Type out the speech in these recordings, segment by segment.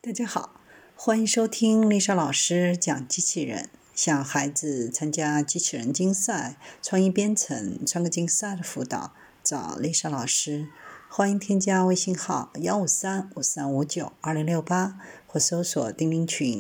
大家好，欢迎收听丽莎老师讲机器人。想孩子参加机器人竞赛、创意编程、创客竞赛的辅导，找丽莎老师。欢迎添加微信号15353592068或搜索钉钉群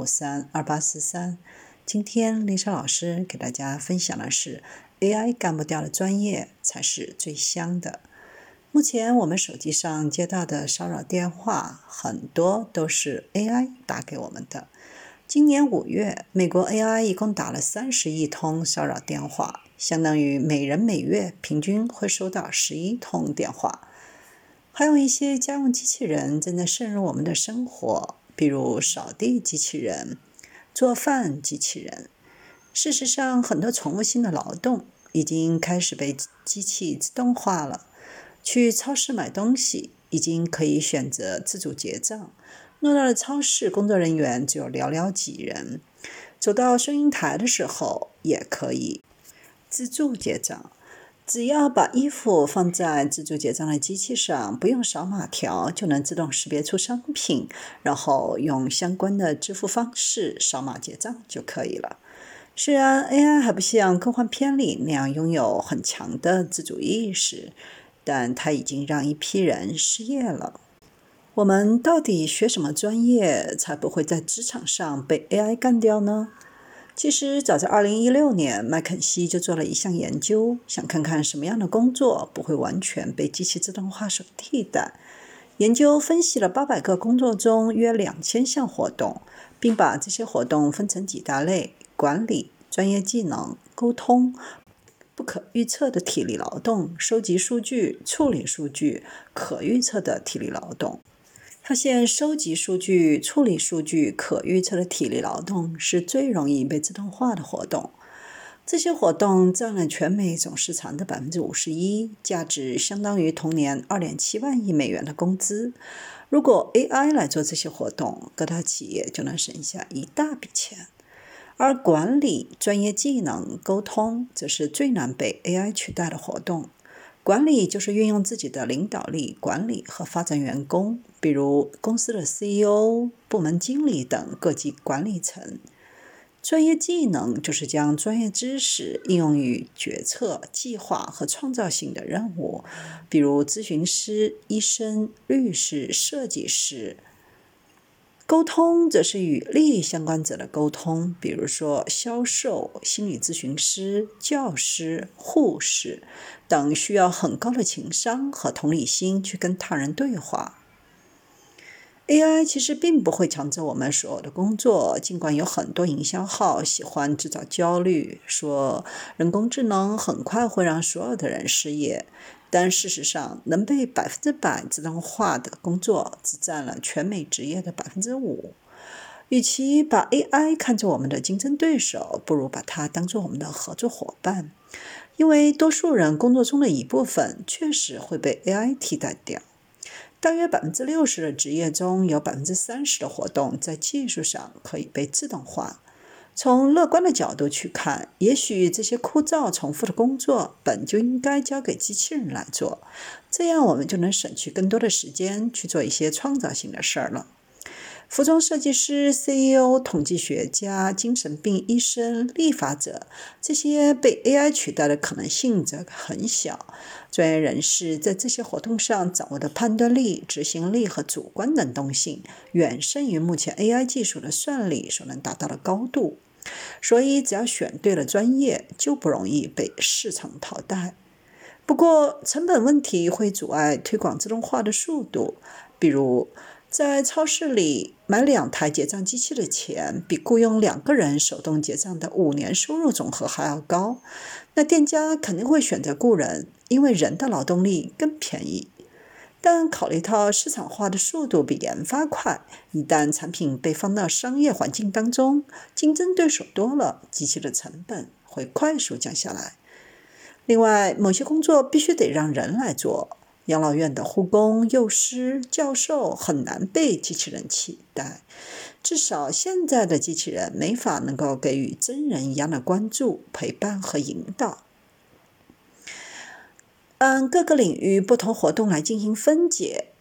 3532843。今天丽莎老师给大家分享的是 AI 干不掉的专业才是最香的。目前我们手机上接到的骚扰电话很多都是 AI 打给我们的。今年5月，美国 AI 一共打了30亿通骚扰电话，相当于每人每月平均会收到11通电话。还有一些家用机器人正在渗入我们的生活，比如扫地机器人、做饭机器人。事实上，很多重复性的劳动已经开始被机器自动化了。去超市买东西已经可以选择自主结账，偌大的超市工作人员只有寥寥几人。走到收银台的时候也可以自助结账，只要把衣服放在自助结账的机器上，不用扫码条就能自动识别出商品，然后用相关的支付方式扫码结账就可以了。虽然 AI 还不像科幻片里那样拥有很强的自主意识，但它已经让一批人失业了。我们到底学什么专业才不会在职场上被 AI 干掉呢？其实早在2016年，麦肯锡就做了一项研究，想看看什么样的工作不会完全被机器自动化所替代。研究分析了800个工作中约2000项活动，并把这些活动分成几大类：管理、专业技能、沟通、不可预测的体力劳动、收集数据、处理数据、可预测的体力劳动。发现收集数据、处理数据、可预测的体力劳动是最容易被自动化的活动。这些活动占了全美总市场的 51%， 价值相当于同年 2.7 万亿美元的工资。如果 AI 来做这些活动，各大企业就能省下一大笔钱。而管理、专业技能、沟通则是最难被 AI 取代的活动。管理就是运用自己的领导力管理和发展员工，比如公司的 CEO、部门经理等各级管理层。专业技能就是将专业知识应用于决策、计划和创造性的任务，比如咨询师、医生、律师、设计师。沟通则是与利益相关者的沟通，比如说销售、心理咨询师、教师、护士等需要很高的情商和同理心去跟他人对话。AI 其实并不会抢走我们所有的工作，尽管有很多营销号喜欢制造焦虑，说人工智能很快会让所有的人失业，但事实上能被100%自动化的工作只占了全美职业的 5%。与其把 AI 看作我们的竞争对手，不如把它当作我们的合作伙伴，因为多数人工作中的一部分确实会被 AI 替代掉。大约 60% 的职业中有 30% 的活动在技术上可以被自动化。从乐观的角度去看，也许这些枯燥重复的工作本就应该交给机器人来做，这样我们就能省去更多的时间去做一些创造性的事儿了。服装设计师、CEO、统计学家、精神病医生、立法者，这些被 AI 取代的可能性则很小。专业人士在这些活动上掌握的判断力、执行力和主观能动性，远胜于目前 AI 技术的算力所能达到的高度。所以只要选对了专业，就不容易被市场淘汰。不过成本问题会阻碍推广自动化的速度，比如在超市里买2台结账机器的钱，比雇佣2个人手动结账的5年收入总和还要高。那店家肯定会选择雇人，因为人的劳动力更便宜。但考虑到市场化的速度比研发快，一旦产品被放到商业环境当中，竞争对手多了，机器的成本会快速降下来。另外，某些工作必须得让人来做。养老院的护工、幼师、教授很难被机器人取代，至少现在的机器人没法能够给予真人一样的关注、陪伴和引导。按各个领域不同活动来进行分解，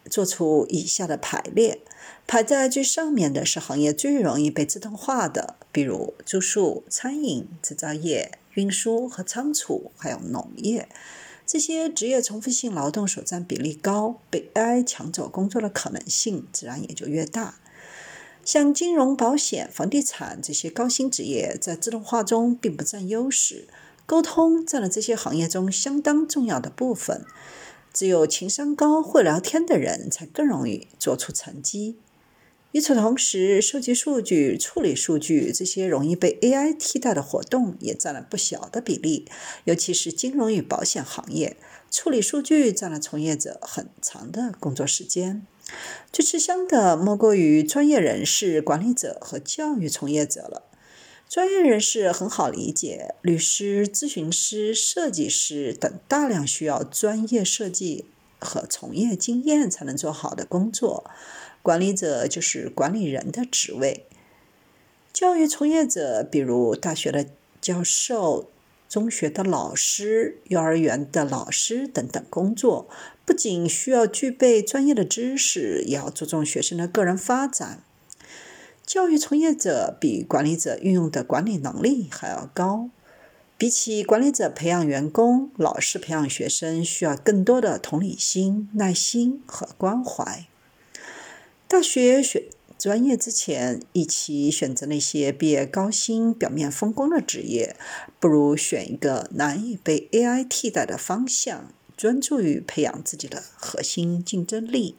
做出以下的排列。排在最上面的是行业最容易被自动化的，比如住宿、餐饮、制造业、运输和仓储，还有农业。这些职业重复性劳动所占比例高，被 AI 抢走工作的可能性自然也就越大。像金融、保险、房地产这些高薪职业在自动化中并不占优势，沟通占了这些行业中相当重要的部分。只有情商高、会聊天的人才更容易做出成绩。与此同时，收集数据、处理数据这些容易被 AI 替代的活动也占了不小的比例，尤其是金融与保险行业，处理数据占了从业者很长的工作时间。最吃香的莫过于专业人士、管理者和教育从业者了。专业人士很好理解，律师、咨询师、设计师等大量需要专业设计和从业经验才能做好的工作。管理者就是管理人的职位。教育从业者，比如大学的教授、中学的老师、幼儿园的老师等等工作，不仅需要具备专业的知识，也要注重学生的个人发展。教育从业者比管理者运用的管理能力还要高。比起管理者培养员工，老师培养学生需要更多的同理心、耐心和关怀。大学选专业之前，与其选择那些毕业高薪、表面丰功的职业，不如选一个难以被 AI 替代的方向，专注于培养自己的核心竞争力。